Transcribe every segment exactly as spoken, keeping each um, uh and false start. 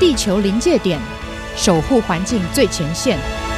地球临界点，守护环境最前线。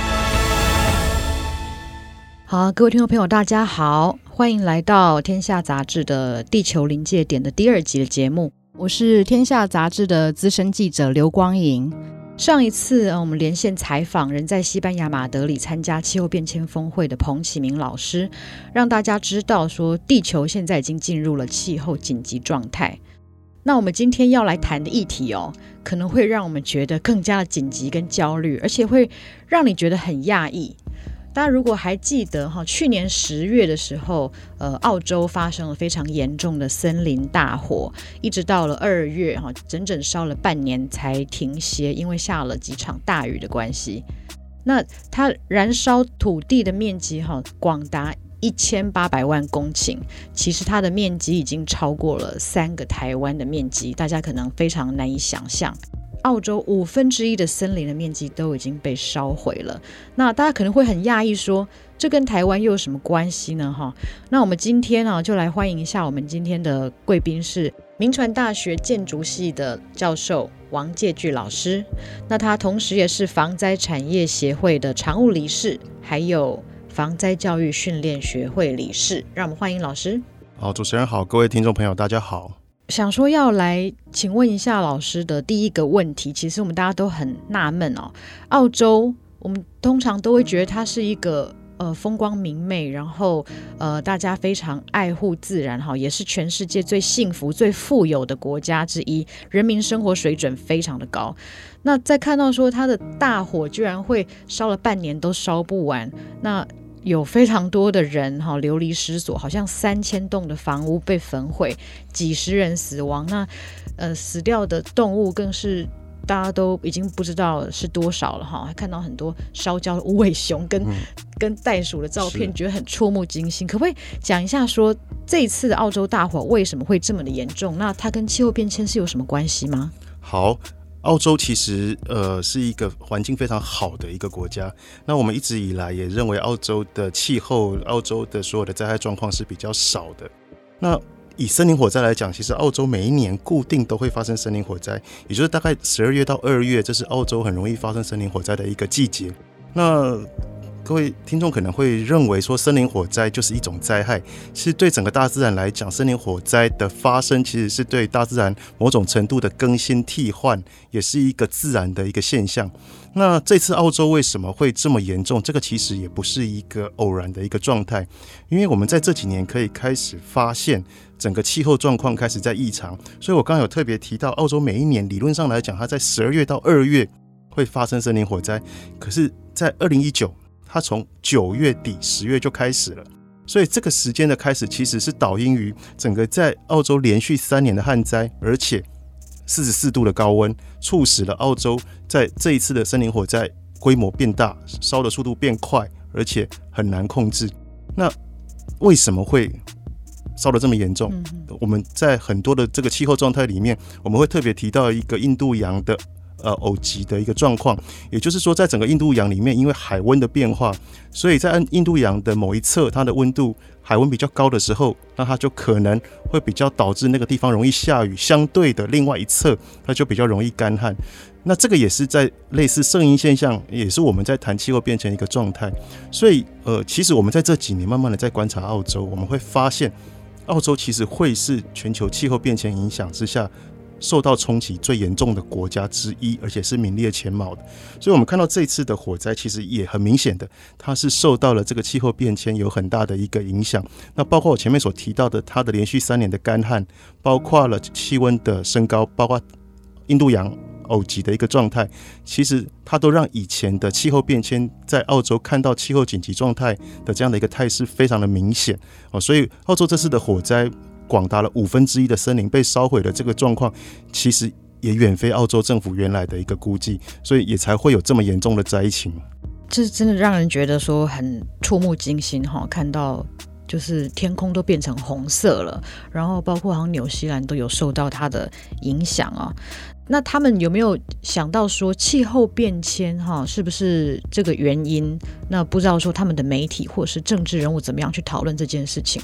好，各位听众朋友大家好，欢迎来到天下杂志的地球临界点的第二集的节目，我是天下杂志的资深记者刘光莹。上一次我们连线采访人在西班牙马德里参加气候变迁峰会的彭启明老师，让大家知道说地球现在已经进入了气候紧急状态。那我们今天要来谈的议题哦，可能会让我们觉得更加的紧急跟焦虑，而且会让你觉得很讶异。大家如果还记得哈，去年十月的时候，呃，澳洲发生了非常严重的森林大火，一直到了二月哈，整整烧了半年才停歇，因为下了几场大雨的关系。那它燃烧土地的面积哈，广达一千八百万公顷，其实它的面积已经超过了三个台湾的面积，大家可能非常难以想象。澳洲五分之一的森林的面积都已经被烧毁了，那大家可能会很讶异说，这跟台湾又有什么关系呢？哈，那我们今天啊，就来欢迎一下我们今天的贵宾是铭传大学建筑系的教授王介巨老师，那他同时也是防灾产业协会的常务理事，还有防灾教育训练学会理事，让我们欢迎老师。 好，主持人好，各位听众朋友大家好。 想说要来请问一下老师的第一个问题，其实我们大家都很纳闷哦。澳洲我们通常都会觉得它是一个呃风光明媚，然后呃大家非常爱护自然哈，也是全世界最幸福最富有的国家之一，人民生活水准非常的高。那在看到说它的大火居然会烧了半年都烧不完，那有非常多的人哈流离失所，好像三千栋的房屋被焚毁，几十人死亡。那呃死掉的动物更是大家都已经不知道是多少了哈。还看到很多烧焦的无尾熊跟、嗯、跟袋鼠的照片，觉得很触目惊心。可不可以讲一下说这一次的澳洲大火为什么会这么的严重？那它跟气候变迁是有什么关系吗？ 好。澳洲其实呃是一个环境非常好的一个国家，那我们一直以来也认为澳洲的气候、澳洲的所有的灾害状况是比较少的。那以森林火灾来讲，其实澳洲每一年固定都会发生森林火灾，也就是大概十二月到二月，这是澳洲很容易发生森林火灾的一个季节。那各位听众可能会认为说森林火灾就是一种灾害，其实对整个大自然来讲，森林火灾的发生其实是对大自然某种程度的更新替换，也是一个自然的一个现象。那这次澳洲为什么会这么严重？这个其实也不是一个偶然的一个状态，因为我们在这几年可以开始发现整个气候状况开始在异常，所以我刚刚有特别提到，澳洲每一年理论上来讲，它在十二月到二月会发生森林火灾，可是在二零一九它从九月底十月就开始了，所以这个时间的开始其实是导因于整个在澳洲连续三年的旱灾，而且四十四度的高温促使了澳洲在这一次的森林火灾规模变大，烧的速度变快，而且很难控制。那为什么会烧得这么严重？嗯、我们在很多的这个气候状态里面，我们会特别提到一个印度洋的呃，偶极的一个状况，也就是说，在整个印度洋里面，因为海温的变化，所以在印度洋的某一侧，它的温度海温比较高的时候，那它就可能会比较导致那个地方容易下雨，相对的另外一侧，它就比较容易干旱。那这个也是在类似圣婴现象，也是我们在谈气候变迁一个状态。所以，呃，其实我们在这几年慢慢的在观察澳洲，我们会发现，澳洲其实会是全球气候变迁影响之下受到冲击最严重的国家之一，而且是名列前茅的。所以我们看到这次的火灾其实也很明显的，它是受到了这个气候变迁有很大的一个影响。那包括我前面所提到的它的连续三年的干旱，包括了气温的升高，包括印度洋偶极的一个状态，其实它都让以前的气候变迁在澳洲看到气候紧急状态的这样的一个态势非常的明显。所以澳洲这次的火灾广达了五分之一的森林被烧毁的这个状况，其实也远非澳洲政府原来的一个估计，所以也才会有这么严重的灾情。 这真的让人觉得说很触目惊心，看到就是天空都变成红色了，然后包括好像纽西兰都有受到它的影响啊。那他们有没有想到说气候变迁是不是这个原因？那不知道说他们的媒体或是政治人物怎么样去讨论这件事情呢？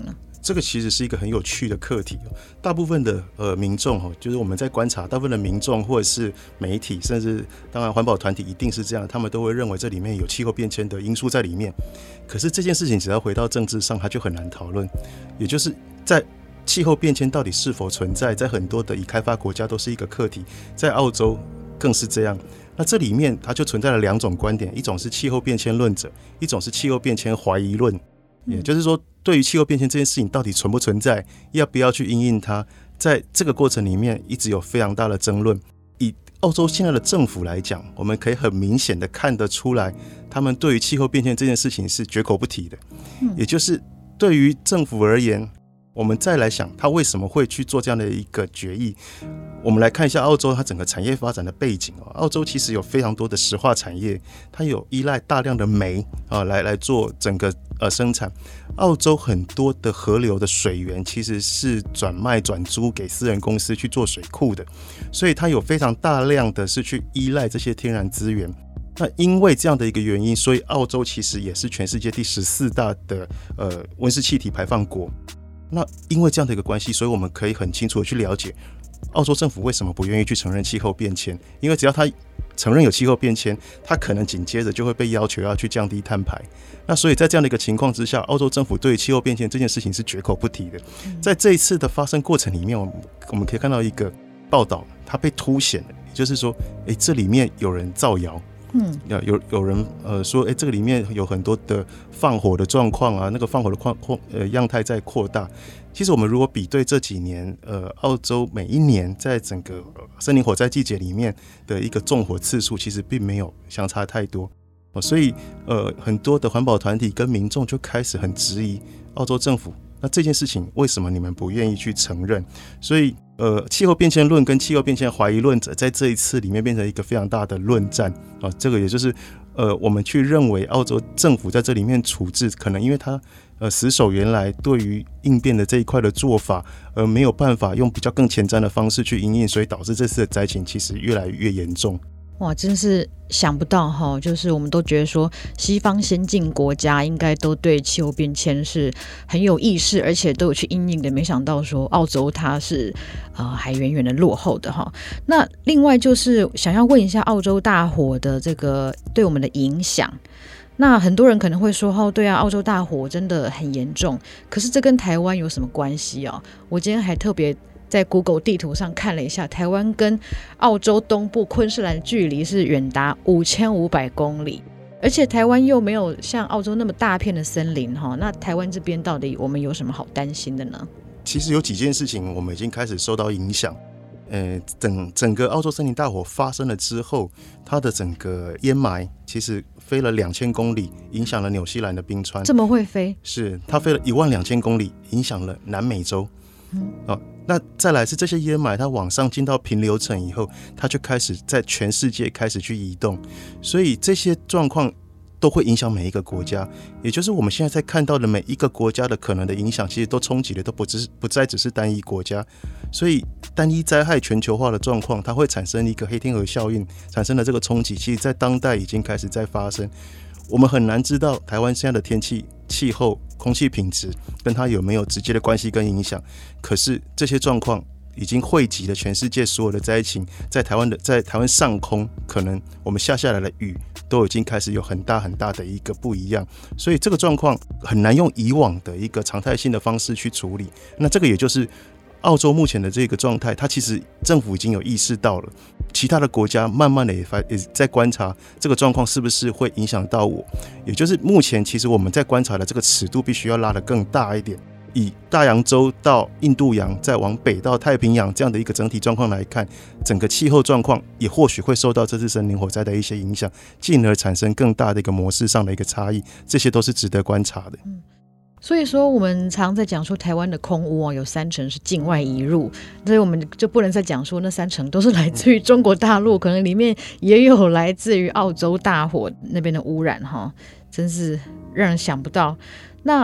这个其实是一个很有趣的课题。大部分的呃民众，就是我们在观察，大部分的民众或者是媒体，甚至当然环保团体一定是这样，他们都会认为这里面有气候变迁的因素在里面。可是这件事情只要回到政治上，它就很难讨论。也就是在气候变迁到底是否存在，在很多的已开发国家都是一个课题，在澳洲更是这样。那这里面它就存在了两种观点，一种是气候变迁论者，一种是气候变迁怀疑论。也就是说，对于气候变迁这件事情到底存不存在，要不要去因应它，在这个过程里面一直有非常大的争论。以澳洲现在的政府来讲，我们可以很明显的看得出来，他们对于气候变迁这件事情是绝口不提的。也就是对于政府而言，我们再来想他为什么会去做这样的一个决议。我们来看一下澳洲它整个产业发展的背景。澳洲其实有非常多的石化产业，它有依赖大量的煤来来做整个呃生产。澳洲很多的河流的水源其实是转卖转租给私人公司去做水库的，所以它有非常大量的是去依赖这些天然资源。那因为这样的一个原因，所以澳洲其实也是全世界第十四大的呃温室气体排放国。那因为这样的一个关系，所以我们可以很清楚的去了解澳洲政府为什么不愿意去承认气候变迁。因为只要他承认有气候变迁，他可能紧接着就会被要求要去降低碳排。那所以在这样的一个情况之下，澳洲政府对于气候变迁这件事情是绝口不提的。在这一次的发生过程里面，我们可以看到一个报道，它被凸显了，也就是说，诶，这里面有人造谣。嗯，有有人呃说，哎，这个里面有很多的放火的状况啊，那个放火的况呃样态在扩大。其实我们如果比对这几年，呃，澳洲每一年在整个森林火灾季节里面的一个纵火次数，其实并没有相差太多。所以呃，很多的环保团体跟民众就开始很质疑澳洲政府。那这件事情为什么你们不愿意去承认？所以，呃，气候变迁论跟气候变迁怀疑论者在这一次里面变成一个非常大的论战啊。这个也就是，呃，我们去认为澳洲政府在这里面处置，可能因为他呃死守原来对于应变的这一块的做法，而没有办法用比较更前瞻的方式去因应，所以导致这次的灾情其实越来越严重。 哇，真是想不到哈！就是我们都觉得说，西方先进国家应该都对气候变迁是很有意识，而且都有去因应的。没想到说，澳洲它是呃还远远的落后的哈。那另外就是想要问一下，澳洲大火的这个对我们的影响。那很多人可能会说，哦，对啊，澳洲大火真的很严重，可是这跟台湾有什么关系啊？我今天还特别在 Google 地图上看了一下，台湾跟澳洲东部昆士兰的距离是远达五千五百公里，而且台湾又没有像澳洲那么大片的森林，那台湾这边到底我们有什么好担心的呢？ 其实有几件事情我们已经开始受到影响。呃、整, 整个澳洲森林大火发生了之后，它的整个烟霾其实飞了两千公里，影响了纽西兰的冰川。 这么会飞？ 是，它飞了一万两千公里，影响了南美洲。嗯哦、那再来是这些烟霾，它往上进到平流层以后，它就开始在全世界开始去移动，所以这些状况都会影响每一个国家。也就是我们现在在看到的每一个国家的可能的影响，其实都冲击的都不只不再只是单一国家。所以单一灾害全球化的状况，它会产生一个黑天鹅效应，产生的这个冲击，其实在当代已经开始在发生。我们很难知道台湾现在的天气、气候、空气品质跟它有没有直接的关系跟影响，可是这些状况已经汇集了全世界所有的灾情，在台湾的在台湾上空，可能我们下下来的雨都已经开始有很大很大的一个不一样，所以这个状况很难用以往的一个常态性的方式去处理。那这个也就是澳洲目前的这个状态，它其实政府已经有意识到了，其他的国家慢慢的 也, 也在观察这个状况是不是会影响到我，也就是目前其实我们在观察的这个尺度必须要拉得更大一点。以大洋洲到印度洋，再往北到太平洋这样的一个整体状况来看，整个气候状况也或许会受到这次森林火灾的一些影响，进而产生更大的一个模式上的一个差异，这些都是值得观察的。 嗯，所以说我们常在讲说台湾的空污、啊、有三成是境外移入，所以我们就不能再讲说那三成都是来自于中国大陆，可能里面也有来自于澳洲大火那边的污染哈，真是让人想不到。那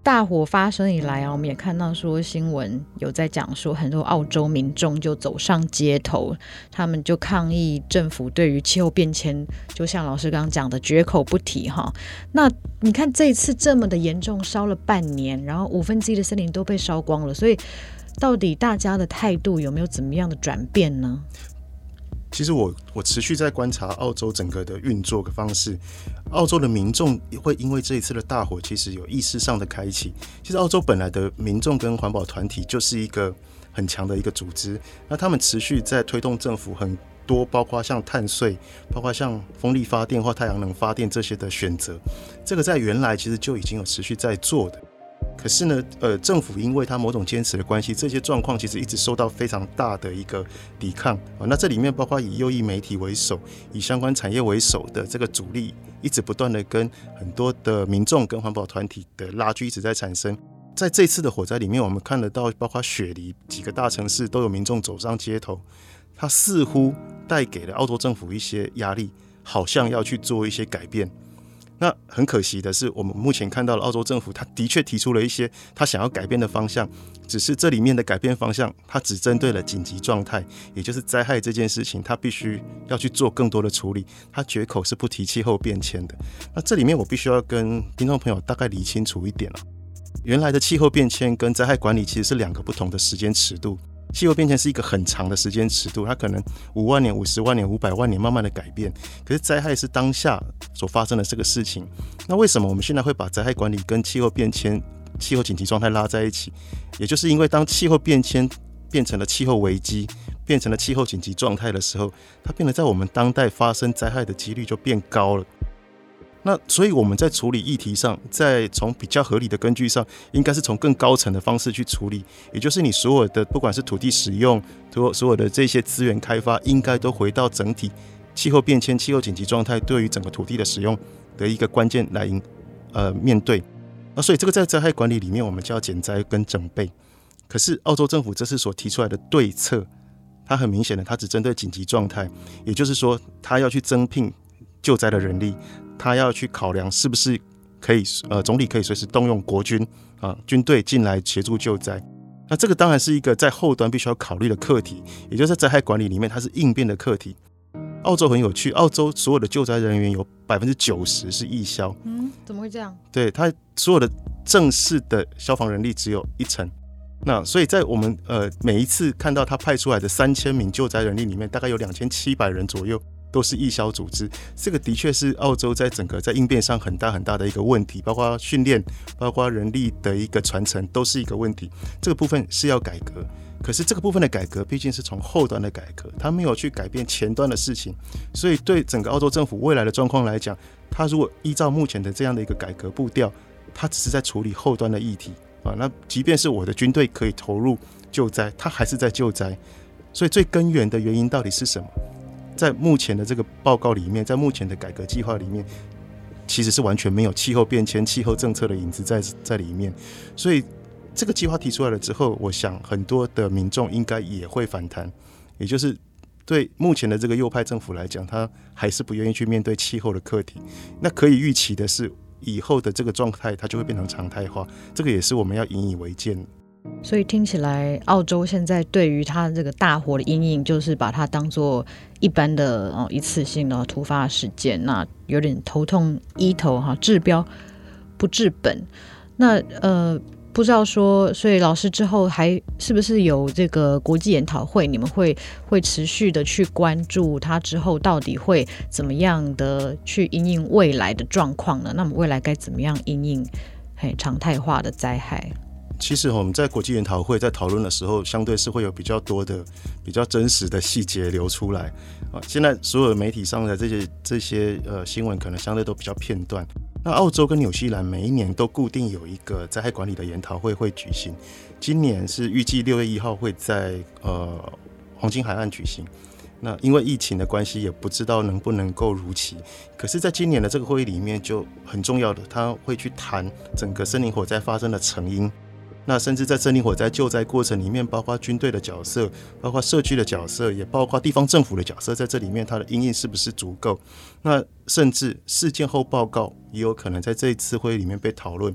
大火发生以来啊，我们也看到说新闻有在讲说，很多澳洲民众就走上街头，他们就抗议政府对于气候变迁，就像老师刚刚讲的绝口不提哈。那你看这一次这么的严重，烧了半年，然后五分之一的森林都被烧光了，所以到底大家的态度有没有怎么样的转变呢？ 其实我我持续在观察澳洲整个的运作的方式，澳洲的民众会因为这一次的大火，其实有意识上的开启。其实澳洲本来的民众跟环保团体就是一个很强的一个组织，那他们持续在推动政府很多，包括像碳税，包括像风力发电或太阳能发电这些的选择，这个在原来其实就已经有持续在做的。可是呢，呃，政府因为它某种坚持的关系，这些状况其实一直受到非常大的一个抵抗。哦、那这里面包括以右翼媒体为首，以相关产业为首的这个阻力，一直不断的跟很多的民众跟环保团体的拉锯一直在产生。在这次的火灾里面，我们看得到，包括雪梨几个大城市都有民众走上街头，它似乎带给了澳洲政府一些压力，好像要去做一些改变。那很可惜的是，我们目前看到了澳洲政府，他的确提出了一些他想要改变的方向，只是这里面的改变方向，他只针对了紧急状态，也就是灾害这件事情，他必须要去做更多的处理，他绝口是不提气候变迁的。那这里面我必须要跟听众朋友大概理清楚一点、啊、原来的气候变迁跟灾害管理其实是两个不同的时间尺度。气候变迁是一个很长的时间尺度，它可能五万年、五十万年、五百万年慢慢的改变。可是灾害是当下所发生的这个事情。那为什么我们现在会把灾害管理跟气候变迁、气候紧急状态拉在一起？也就是因为当气候变迁变成了气候危机，变成了气候紧急状态的时候，它变得在我们当代发生灾害的几率就变高了。那所以我们在处理议题上，在从比较合理的根据上，应该是从更高层的方式去处理，也就是你所有的不管是土地使用，所有的这些资源开发，应该都回到整体气候变迁、气候紧急状态对于整个土地的使用的一个关键来呃面对。那所以这个在灾害管理里面，我们就要减灾跟整备。可是澳洲政府这次所提出来的对策，它很明显的，它只针对紧急状态，也就是说，它要去增聘救灾的人力。他要去考量是不是可以，呃，总理可以随时动用国军啊军队进来协助救灾。那这个当然是一个在后端必须要考虑的课题，也就是在灾害管理里面，它是应变的课题。澳洲很有趣，澳洲所有的救灾人员有百分之九十是义消。 嗯，怎么会这样？ 对，他所有的正式的消防人力只有一成。那所以在我们呃每一次看到他派出来的三千名救灾人力里面，大概有两千七百人左右都是义消组织，这个的确是澳洲在整个在应变上很大很大的一个问题，包括训练，包括人力的一个传承，都是一个问题。这个部分是要改革，可是这个部分的改革毕竟是从后端的改革，它没有去改变前端的事情，所以对整个澳洲政府未来的状况来讲，它如果依照目前的这样的一个改革步调，它只是在处理后端的议题啊。那即便是我的军队可以投入救灾，它还是在救灾。所以最根源的原因到底是什么？在目前的这个报告里面，在目前的改革计划里面，其实是完全没有气候变迁、气候政策的影子 在, 在里面。所以这个计划提出来了之后，我想很多的民众应该也会反弹，也就是对目前的这个右派政府来讲，他还是不愿意去面对气候的课题。那可以预期的是，以后的这个状态它就会变成常态化，这个也是我们要引以为戒的。 所以听起来，澳洲现在对于它这个大火的因应，就是把它当作一般的、哦、一次性的突发事件，那有点头痛医头哈，治标不治本。那呃，不知道说，所以老师之后还是不是有这个国际研讨会？你们会会持续的去关注它之后到底会怎么样的去因应未来的状况呢？那么未来该怎么样因应嘿常态化的灾害？ 其实我们在国际研讨会在讨论的时候，相对是会有比较多的、比较真实的细节流出来啊。现在所有媒体上的这些这些呃新闻，可能相对都比较片段。那澳洲跟纽西兰每一年都固定有一个灾害管理的研讨会会举行，今年是预计六月一号会在呃黄金海岸举行。那因为疫情的关系，也不知道能不能够如期。可是，在今年的这个会议里面，就很重要的，他会去谈整个森林火灾发生的成因。那甚至在森林火灾救灾过程里面，包括军队的角色，包括社区的角色，也包括地方政府的角色，在这里面它的因应是不是足够？那甚至事件后报告也有可能在这一次会议里面被讨论。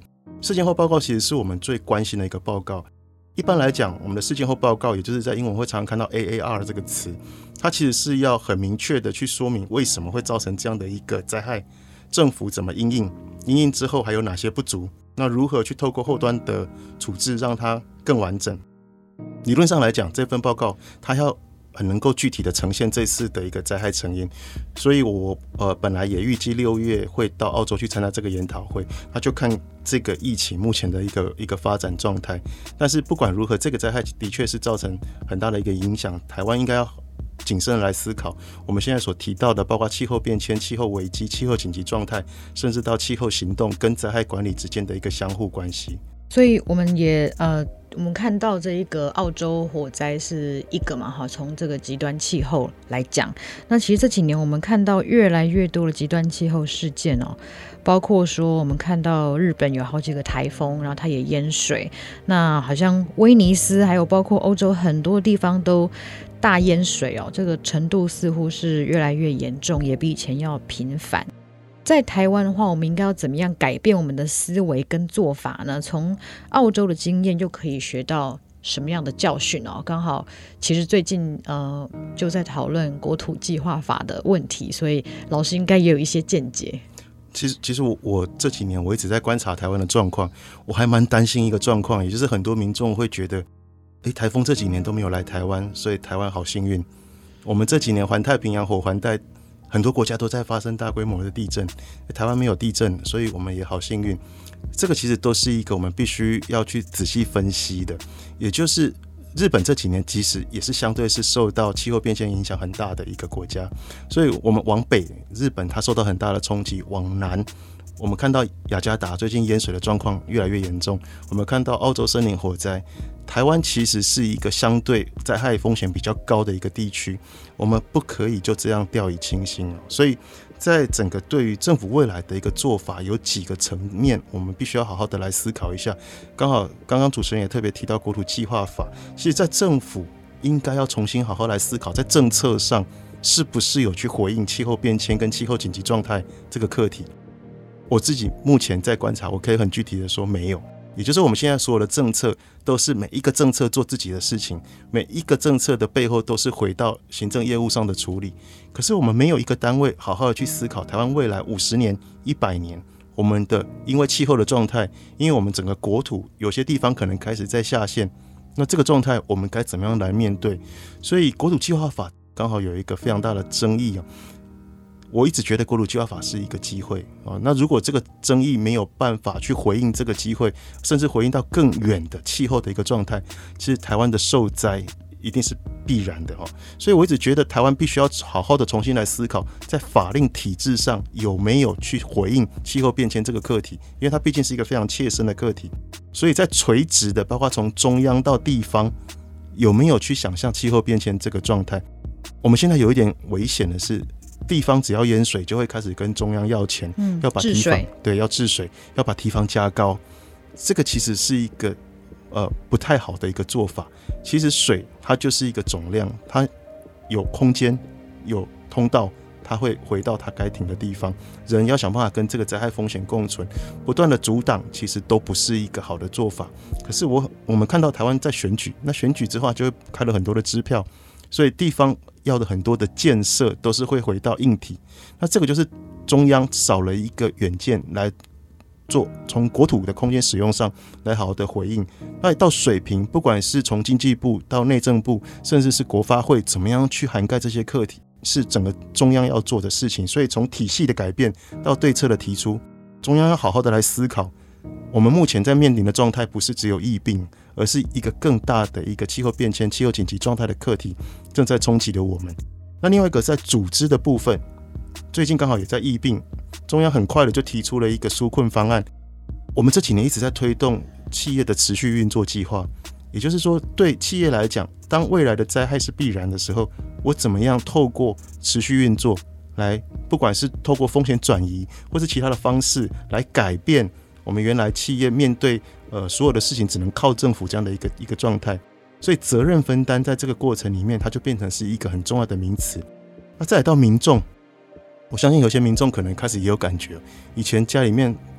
事件后报告其实是我们最关心的一个报告。一般来讲，我们的事件后报告，也就是在英文会常常看到 A A R 这个词，它其实是要很明确的去说明为什么会造成这样的一个灾害，政府怎么因应，因应之后还有哪些不足，那如何去透过后端的处置让它更完整。理论上来讲，这份报告它要很能够具体的呈现这次的一个灾害成因，所以我呃本来也预计六月会到澳洲去参加这个研讨会，那就看这个疫情目前的一个一个发展状态。但是不管如何，这个灾害的确是造成很大的一个影响，台湾应该要谨慎来思考我们现在所提到的，包括气候变迁、气候危机、气候紧急状态，甚至到气候行动跟灾害管理之间的一个相互关系。 所以我们也呃，我们看到这一个澳洲火灾是一个嘛，哈，从这个极端气候来讲，那其实这几年我们看到越来越多的极端气候事件哦，包括说我们看到日本有好几个台风，然后它也淹水，那好像威尼斯还有包括欧洲很多地方都大淹水哦，这个程度似乎是越来越严重，也比以前要频繁。在台湾的话，我们应该要怎么样改变我们的思维跟做法呢？从澳洲的经验又可以学到什么样的教训哦？刚好其实最近呃就在讨论国土计划法的问题，所以老师应该也有一些见解。 其实，其实 我, 我这几年我一直在观察台湾的状况，我还蛮担心一个状况，也就是很多民众会觉得，诶，台风这几年都没有来台湾，所以台湾好幸运。我们这几年环太平洋火环带，很多国家都在发生大规模的地震，台湾没有地震，所以我们也好幸运。这个其实都是一个我们必须要去仔细分析的，也就是日本这几年其实也是相对是受到气候变迁影响很大的一个国家，所以我们往北，日本它受到很大的冲击；往南，我们看到雅加达最近淹水的状况越来越严重，我们看到澳洲森林火灾。台湾其实是一个相对灾害风险比较高的一个地区，我们不可以就这样掉以轻心。所以在整个对于政府未来的一个做法，有几个层面我们必须要好好的来思考一下。刚好刚刚主持人也特别提到国土计划法，其实在政府应该要重新好好来思考，在政策上是不是有去回应气候变迁跟气候紧急状态这个课题。我自己目前在观察，我可以很具体的说没有，也就是我们现在所有的政策都是每一个政策做自己的事情，每一个政策的背后都是回到行政业务上的处理。可是我们没有一个单位好好的去思考台湾未来五十年、一百年，我们的因为气候的状态，因为我们整个国土有些地方可能开始在下陷，那这个状态我们该怎么样来面对？所以国土计划法刚好有一个非常大的争议啊。我一直觉得国土计划法是一个机会啊，那如果这个争议没有办法去回应这个机会，甚至回应到更远的气候的一个状态，其实台湾的受灾一定是必然的哦。所以我一直觉得台湾必须要好好的重新来思考，在法令体制上有没有去回应气候变迁这个课题，因为它毕竟是一个非常切身的课题。所以在垂直的，包括从中央到地方，有没有去想象气候变迁这个状态？我们现在有一点危险的是，地方只要淹水就会开始跟中央要钱，嗯、要把堤防对要治水，要把堤防加高。这个其实是一个呃不太好的一个做法。其实水它就是一个总量，它有空间有通道，它会回到它该停的地方。人要想办法跟这个灾害风险共存，不断的阻挡其实都不是一个好的做法。可是我我们看到台湾在选举，那选举之后就会开了很多的支票，所以地方要的很多的建设都是会回到硬体，那这个就是中央少了一个远见来做，从国土的空间使用上来好好的回应。那到水平，不管是从经济部到内政部，甚至是国发会，怎么样去涵盖这些课题，是整个中央要做的事情。所以从体系的改变到对策的提出，中央要好好的来思考，我们目前在面临的状态不是只有疫病，而是一个更大的一个气候变迁、气候紧急状态的课题正在冲击着我们。那另外一个在组织的部分，最近刚好也在疫病，中央很快的就提出了一个纾困方案。我们这几年一直在推动企业的持续运作计划，也就是说，对企业来讲，当未来的灾害是必然的时候，我怎么样透过持续运作来，不管是透过风险转移，或是其他的方式来改变我们原来企业面对呃所有的事情只能靠政府这样的一个一个状态。所以责任分担在这个过程里面，它就变成是一个很重要的名词。那再来到民众，我相信有些民众可能开始也有感觉，以前家里面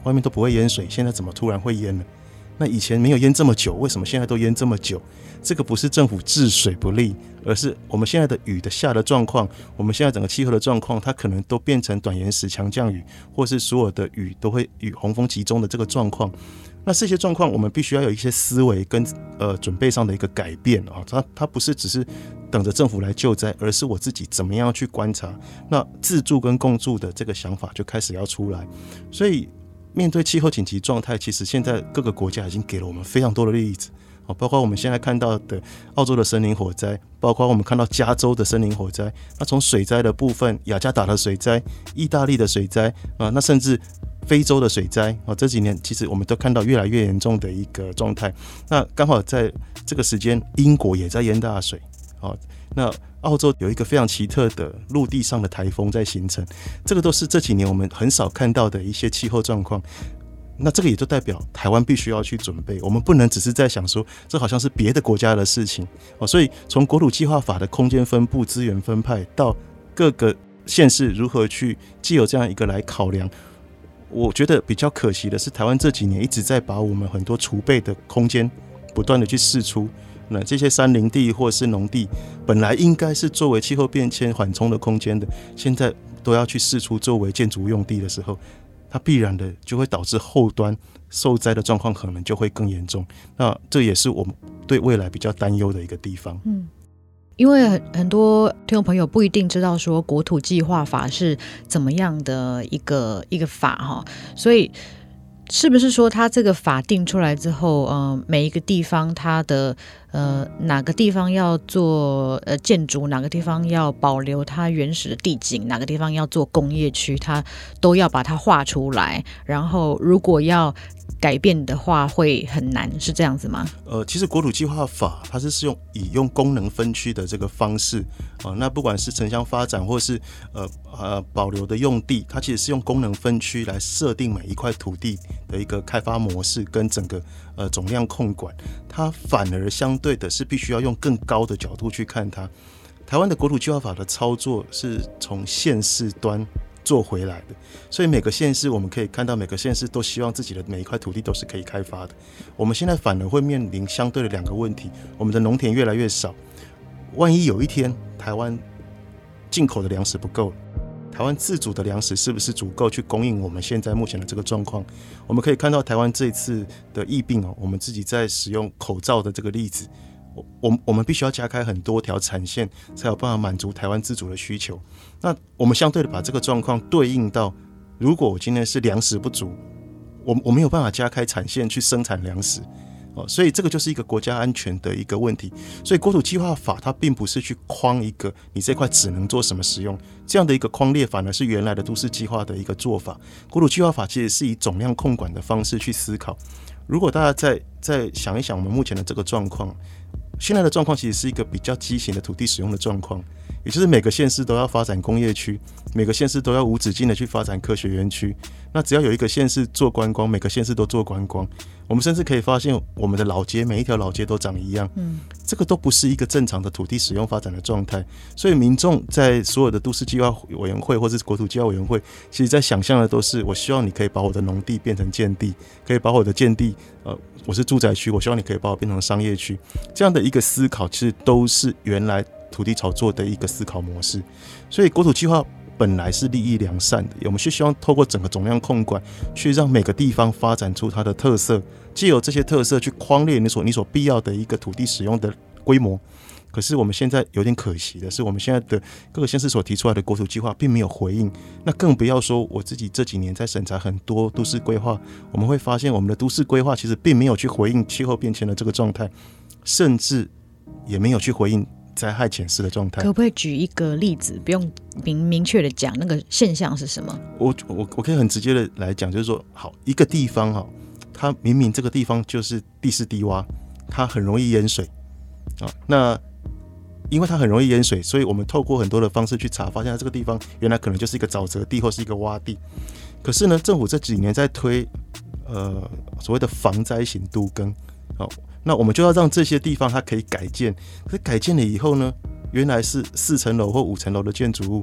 外面都不会淹水，现在怎么突然会淹了？那以前没有淹这么久，为什么现在都淹这么久？这个不是政府治水不力，而是我们现在的雨的下的状况，我们现在整个气候的状况，它可能都变成短延时强降雨，或是所有的雨都会雨洪峰集中的这个状况。那这些状况，我们必须要有一些思维跟呃准备上的一个改变啊，它它不是只是等着政府来救灾，而是我自己怎么样去观察，那自助跟共助的这个想法就开始要出来。所以面对气候紧急状态，其实现在各个国家已经给了我们非常多的例子，包括我们现在看到的澳洲的森林火灾，包括我们看到加州的森林火灾。那从水灾的部分，雅加达的水灾、意大利的水灾啊，那甚至非洲的水灾啊，这几年其实我们都看到越来越严重的一个状态。那刚好在这个时间，英国也在淹大水啊。那澳洲有一个非常奇特的陆地上的台风在形成，这个都是这几年我们很少看到的一些气候状况。那这个也就代表台湾必须要去准备，我们不能只是在想说这好像是别的国家的事情哦。所以从国土计划法的空间分布、资源分派到各个县市如何去藉由这样一个来考量，我觉得比较可惜的是，台湾这几年一直在把我们很多储备的空间不断的去释出。那这些山林地或是农地本来应该是作为气候变迁缓冲的空间的，现在都要去释出作为建筑用地的时候，它必然的就会导致后端受灾的状况可能就会更严重。那这也是我们对未来比较担忧的一个地方。 嗯，因为 很, 很多听众朋友不一定知道说国土计划法是怎么样的一个一个法哈，所以是不是说它这个法定出来之后，呃，每一个地方它的呃哪个地方要做呃建筑，哪个地方要保留它原始的地景，哪个地方要做工业区，它都要把它画出来，然后如果要改变的话会很难，是这样子吗？ 呃，其实国土计划法它是用以用功能分区的这个方式，呃、那不管是城乡发展或是呃呃保留的用地，它其实是用功能分区来设定每一块土地的一个开发模式跟整个呃总量控管，它反而相对的是必须要用更高的角度去看它。台湾的国土计划法的操作是从县市端做回来的，所以每个县市我们可以看到，每个县市都希望自己的每一块土地都是可以开发的。我们现在反而会面临相对的两个问题，我们的农田越来越少，万一有一天台湾进口的粮食不够，台湾自主的粮食是不是足够去供应我们现在目前的这个状况？我们可以看到台湾这一次的疫病，我们自己在使用口罩的这个例子，我, 我们必须要加开很多条产线，才有办法满足台湾自主的需求。那我们相对的把这个状况对应到，如果我今天是粮食不足， 我, 我没有办法加开产线去生产粮食，哦，所以这个就是一个国家安全的一个问题。所以国土计划法它并不是去框一个你这块只能做什么使用，这样的一个框列反而是原来的都市计划的一个做法。国土计划法其实是以总量控管的方式去思考。如果大家再再想一想我们目前的这个状况，现在的状况其实是一个比较畸形的土地使用的状况，也就是每个县市都要发展工业区，每个县市都要无止境的去发展科学园区。那只要有一个县市做观光，每个县市都做观光。我们甚至可以发现，我们的老街每一条老街都长一样，嗯，这个都不是一个正常的土地使用发展的状态。所以民众在所有的都市计划委员会或者是国土计划委员会，其实在想象的都是，我希望你可以把我的农地变成建地，可以把我的建地，呃，我是住宅区，我希望你可以把我变成商业区。这样的一个思考，其实都是原来土地炒作的一个思考模式。所以国土计划本来是利益良善的，我们是希望透过整个总量控管，去让每个地方发展出它的特色，藉由这些特色去框列你所你所必要的一个土地使用的规模。可是我们现在有点可惜的是，我们现在的各个县市所提出来的国土计划并没有回应。那更不要说我自己这几年在审查很多都市规划，我们会发现我们的都市规划其实并没有去回应气候变迁的这个状态，甚至也没有去回应灾害潜势的状态。 可不可以举一个例子，不用 明, 明确的讲那个现象是什么？ 我, 我, 我可以很直接的来讲，就是说，好，一个地方它明明这个地方就是地势低洼，它很容易淹水，那因为它很容易淹水，所以我们透过很多的方式去查，发现这个地方原来可能就是一个沼泽地或是一个洼地。可是呢，政府这几年在推呃所谓的防灾型都更，好，那我们就要让这些地方它可以改建。可是改建了以后呢，原来是四层楼或五层楼的建筑物，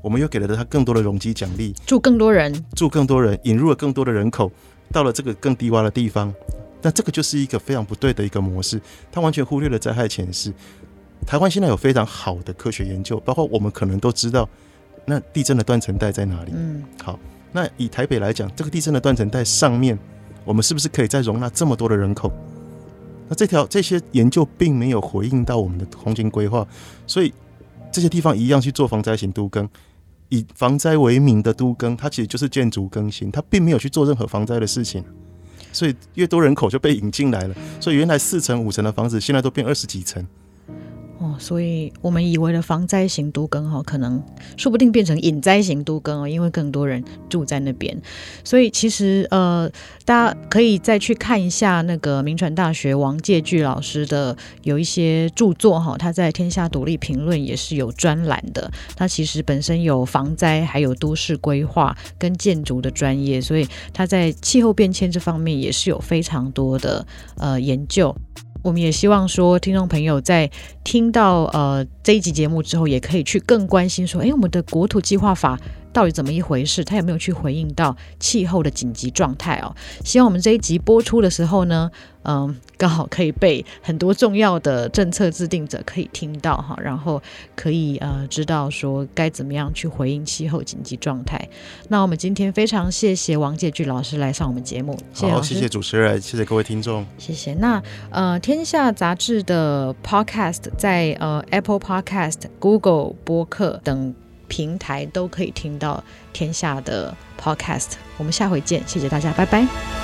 我们又给了他更多的容积奖励， 住更多人， 住更多人，引入了更多的人口，到了这个更低洼的地方，那这个就是一个非常不对的一个模式，它完全忽略了灾害前示。台湾现在有非常好的科学研究，包括我们可能都知道那地震的断层带在哪里。嗯，好，那以台北来讲，这个地震的断层带上面，我们是不是可以再容纳这么多的人口？那这条这些研究并没有回应到我们的空间规划，所以这些地方一样去做防灾型都更，以防灾为名的都更，它其实就是建筑更新，它并没有去做任何防灾的事情。所以越多人口就被引进来了，所以原来四层五层的房子现在都变二十几层。 哦，所以我们以为的防灾型都更、哦、可能说不定变成引灾型都更、哦、因为更多人住在那边。所以其实呃，大家可以再去看一下那个民传大学王介炬老师的有一些著作、哦、他在天下独立评论也是有专栏的，他其实本身有防灾还有都市规划跟建筑的专业，所以他在气候变迁这方面也是有非常多的呃研究。我们也希望说听众朋友在听到呃这一集节目之后，也可以去更关心说，哎，我们的国土计划法到底怎么一回事，它有没有去回应到气候的紧急状态哦。希望我们这一集播出的时候呢，嗯，刚好可以被很多重要的政策制定者可以听到哈，然后可以呃知道说该怎么样去回应气候紧急状态。那我们今天非常谢谢王介炬老师来上我们节目，谢谢老师。 好，谢谢主持人，谢谢各位听众， 谢谢。那呃，天下杂志的 Podcast 在呃 Apple Podcast、Google 播客等平台都可以听到天下的 Podcast。我们下回见，谢谢大家，拜拜。